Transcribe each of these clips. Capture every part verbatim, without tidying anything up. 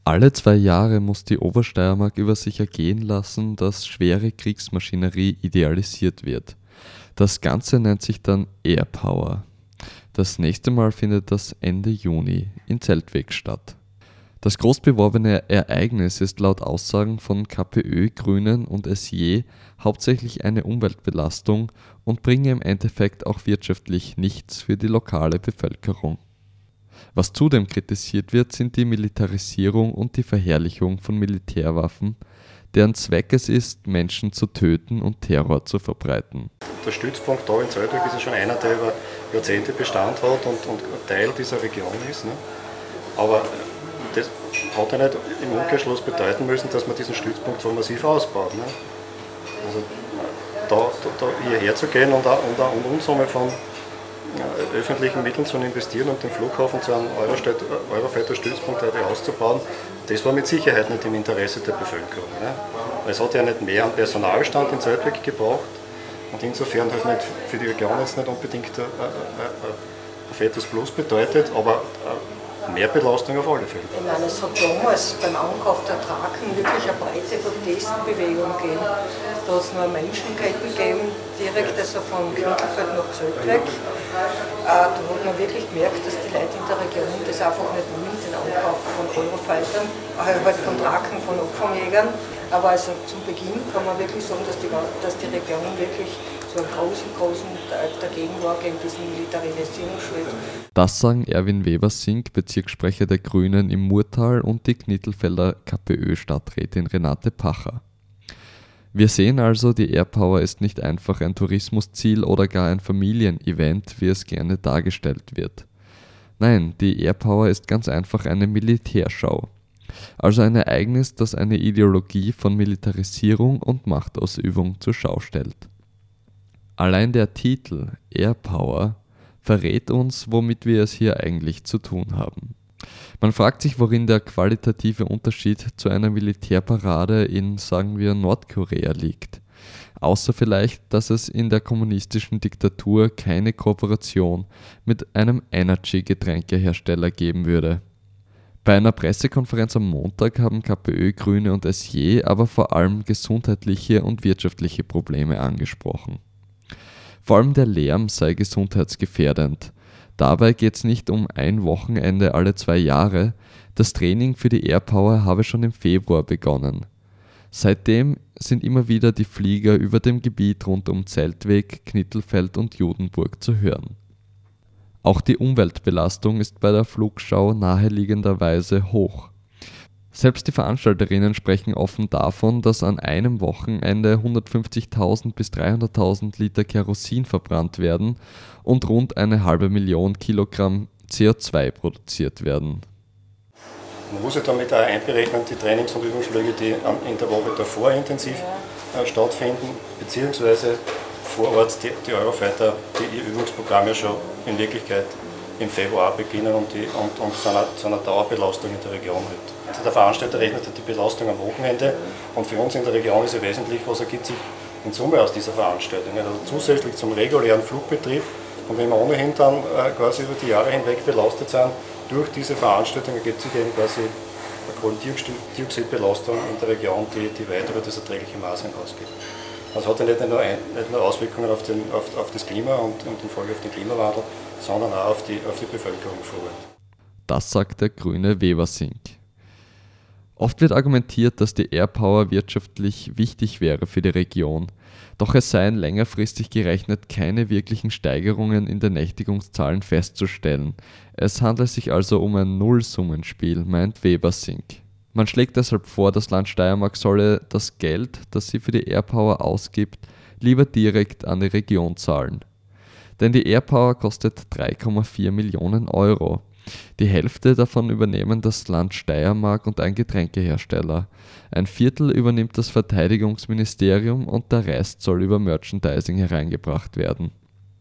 Alle zwei Jahre muss die Obersteiermark über sich ergehen lassen, dass schwere Kriegsmaschinerie idealisiert wird. Das Ganze nennt sich dann Air Power. Das nächste Mal findet das Ende Juni in Zeltweg statt. Das großbeworbene Ereignis ist laut Aussagen von KPÖ, Grünen und S J hauptsächlich eine Umweltbelastung und bringe im Endeffekt auch wirtschaftlich nichts für die lokale Bevölkerung. Was zudem kritisiert wird, sind die Militarisierung und die Verherrlichung von Militärwaffen, deren Zweck es ist, Menschen zu töten und Terror zu verbreiten. Der Stützpunkt da in Zeltweg ist ja schon einer, der über Jahrzehnte Bestand hat und, und Teil dieser Region ist. Ne? Aber das hat ja nicht im Umkehrschluss bedeuten müssen, dass man diesen Stützpunkt so massiv ausbaut. Ne? Also da, da, da hierher zu gehen und eine, und eine Unsumme von ja, öffentlichen Mitteln zu investieren und den Flughafen zu einem eurofetter Stützpunkt auszubauen, das war mit Sicherheit nicht im Interesse der Bevölkerung. Ne? Weil es hat ja nicht mehr an Personalstand in Zeltweg gebraucht und insofern halt nicht für die Region jetzt nicht unbedingt ein, ein, ein fettes Plus bedeutet, aber mehr Belastung auf alle Fälle. Ich meine, es hat damals beim Ankauf der Traken wirklich eine breite Protestbewegung gegeben. Da hat es noch eine Menschenkette gegeben, direkt also von Knittelfeld nach Zeltweg. Da hat man wirklich gemerkt, dass die Leute in der Region das einfach nicht wollen, den Ankauf von Eurofightern, halt von Traken, von Abfangjägern. Aber also zum Beginn kann man wirklich sagen, dass die, dass die Region wirklich so einen großen, großen Teil dagegen war, gegen diesen Militarisierungsschritt. Das sagen Erwin Weber-Sink, Bezirkssprecher der Grünen im Murtal, und die Knittelfelder KPÖ-Stadträtin Renate Pacher. Wir sehen also, die Air Power ist nicht einfach ein Tourismusziel oder gar ein Familienevent, wie es gerne dargestellt wird. Nein, die Air Power ist ganz einfach eine Militärschau. Also ein Ereignis, das eine Ideologie von Militarisierung und Machtausübung zur Schau stellt. Allein der Titel Air Power verrät uns, womit wir es hier eigentlich zu tun haben. Man fragt sich, worin der qualitative Unterschied zu einer Militärparade in, sagen wir, Nordkorea liegt. Außer vielleicht, dass es in der kommunistischen Diktatur keine Kooperation mit einem Energy-Getränkehersteller geben würde. Bei einer Pressekonferenz am Montag haben KPÖ, Grüne und S J aber vor allem gesundheitliche und wirtschaftliche Probleme angesprochen. Vor allem der Lärm sei gesundheitsgefährdend. Dabei geht es nicht um ein Wochenende alle zwei Jahre. Das Training für die Air Power habe schon im Februar begonnen. Seitdem sind immer wieder die Flieger über dem Gebiet rund um Zeltweg, Knittelfeld und Judenburg zu hören. Auch die Umweltbelastung ist bei der Flugschau naheliegenderweise hoch. Selbst die Veranstalterinnen sprechen offen davon, dass an einem Wochenende hundertfünfzigtausend bis dreihunderttausend Liter Kerosin verbrannt werden und rund eine halbe Million Kilogramm C O zwei produziert werden. Man muss ja damit auch einberechnen, die Trainings- und Übungsflüge, die in der Woche davor intensiv äh, stattfinden, beziehungsweise vor Ort die, die Eurofighter, die ihr Übungsprogramm ja schon in Wirklichkeit im Februar beginnen und, die, und, und zu, einer, zu einer Dauerbelastung in der Region hat. Der Veranstalter rechnet die Belastung am Wochenende und für uns in der Region ist ja wesentlich, was ergibt sich in Summe aus dieser Veranstaltung. Also zusätzlich zum regulären Flugbetrieb, und wenn wir ohnehin dann äh, quasi über die Jahre hinweg belastet sind, durch diese Veranstaltung ergibt sich eben quasi eine Kohlendioxidbelastung in der Region, die, die weit über das erträgliche Maß hinausgeht. Das hat ja nicht nur, ein, nicht nur Auswirkungen auf, den, auf, auf das Klima und, und in Folge auf den Klimawandel, sondern auch auf die, auf die Bevölkerung vor Ort. Das sagt der Grüne Weber-Sink. Oft wird argumentiert, dass die Air Power wirtschaftlich wichtig wäre für die Region, doch es seien längerfristig gerechnet keine wirklichen Steigerungen in den Nächtigungszahlen festzustellen. Es handelt sich also um ein Nullsummenspiel, meint Weber-Sink. Man schlägt deshalb vor, das Land Steiermark solle das Geld, das sie für die Air Power ausgibt, lieber direkt an die Region zahlen. Denn die Air Power kostet drei Komma vier Millionen Euro. Die Hälfte davon übernehmen das Land Steiermark und ein Getränkehersteller. Ein Viertel übernimmt das Verteidigungsministerium und der Rest soll über Merchandising hereingebracht werden.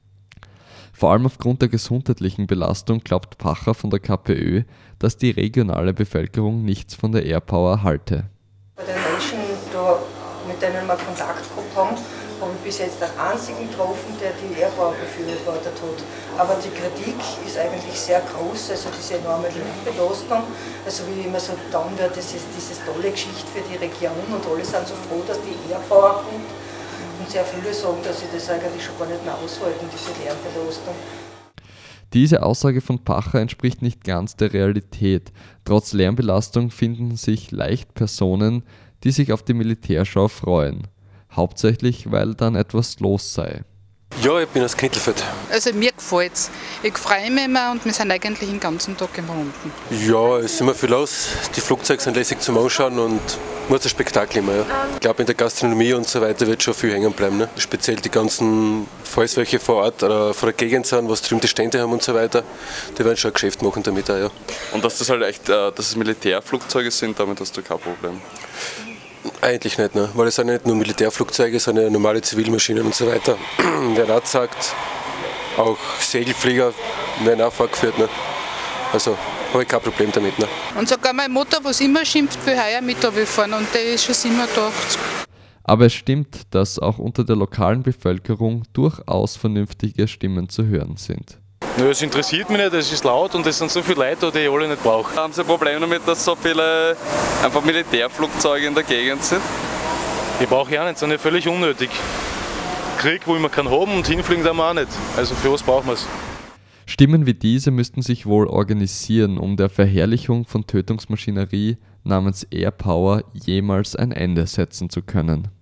Vor allem aufgrund der gesundheitlichen Belastung glaubt Pacher von der KPÖ, dass die regionale Bevölkerung nichts von der Air Power halte. Bei den Menschen, da, mit denen wir Kontakt gehabt haben, habe ich bis jetzt einen einzigen getroffen, der die Airpower befürwortet hat. Aber die Kritik ist eigentlich sehr groß, also diese enorme Lärmbelastung. Also wie immer so dann wird, das ist diese tolle Geschichte für die Region und alle sind so froh, dass die Airpower kommt. Und sehr viele sagen, dass sie das eigentlich schon gar nicht mehr aushalten, diese Lärmbelastung. Diese Aussage von Pacher entspricht nicht ganz der Realität. Trotz Lärmbelastung finden sich leicht Personen, die sich auf die Militärschau freuen. Hauptsächlich, weil dann etwas los sei. Ja, ich bin aus Knittelfeld. Also mir gefällt es. Ich freue mich immer und wir sind eigentlich den ganzen Tag im Runden. Ja, es ist immer viel los. Die Flugzeuge sind lässig zum Anschauen und muss ein Spektakel immer. Ja. Ich glaube, in der Gastronomie und so weiter wird schon viel hängen bleiben. Ne? Speziell die ganzen, falls welche vor Ort oder vor der Gegend sind, was drüben die Stände haben und so weiter, die werden schon ein Geschäft machen damit auch, ja. Und dass das halt echt, äh, dass es Militärflugzeuge sind, damit hast du kein Problem? Eigentlich nicht, ne? Weil es sind ja nicht nur Militärflugzeuge, es sind ja normale Zivilmaschinen und so weiter. Werden auch gesagt, auch Segelflieger werden auch vorgeführt. Ne? Also habe ich kein Problem damit. Ne? Und sogar meine Mutter, was immer schimpft, will heuer mit fahren und der ist schon siebenundachtzig. Aber es stimmt, dass auch unter der lokalen Bevölkerung durchaus vernünftige Stimmen zu hören sind. Nö, es interessiert mich nicht, es ist laut und es sind so viele Leute da, die ich alle nicht brauche. Haben Sie ein Problem damit, dass so viele einfach Militärflugzeuge in der Gegend sind? Die brauche ich auch nicht, sind ja völlig unnötig. Krieg, wo wir keinen haben und hinfliegen da wir auch nicht. Also für was brauchen wir es? Stimmen wie diese müssten sich wohl organisieren, um der Verherrlichung von Tötungsmaschinerie namens Airpower jemals ein Ende setzen zu können.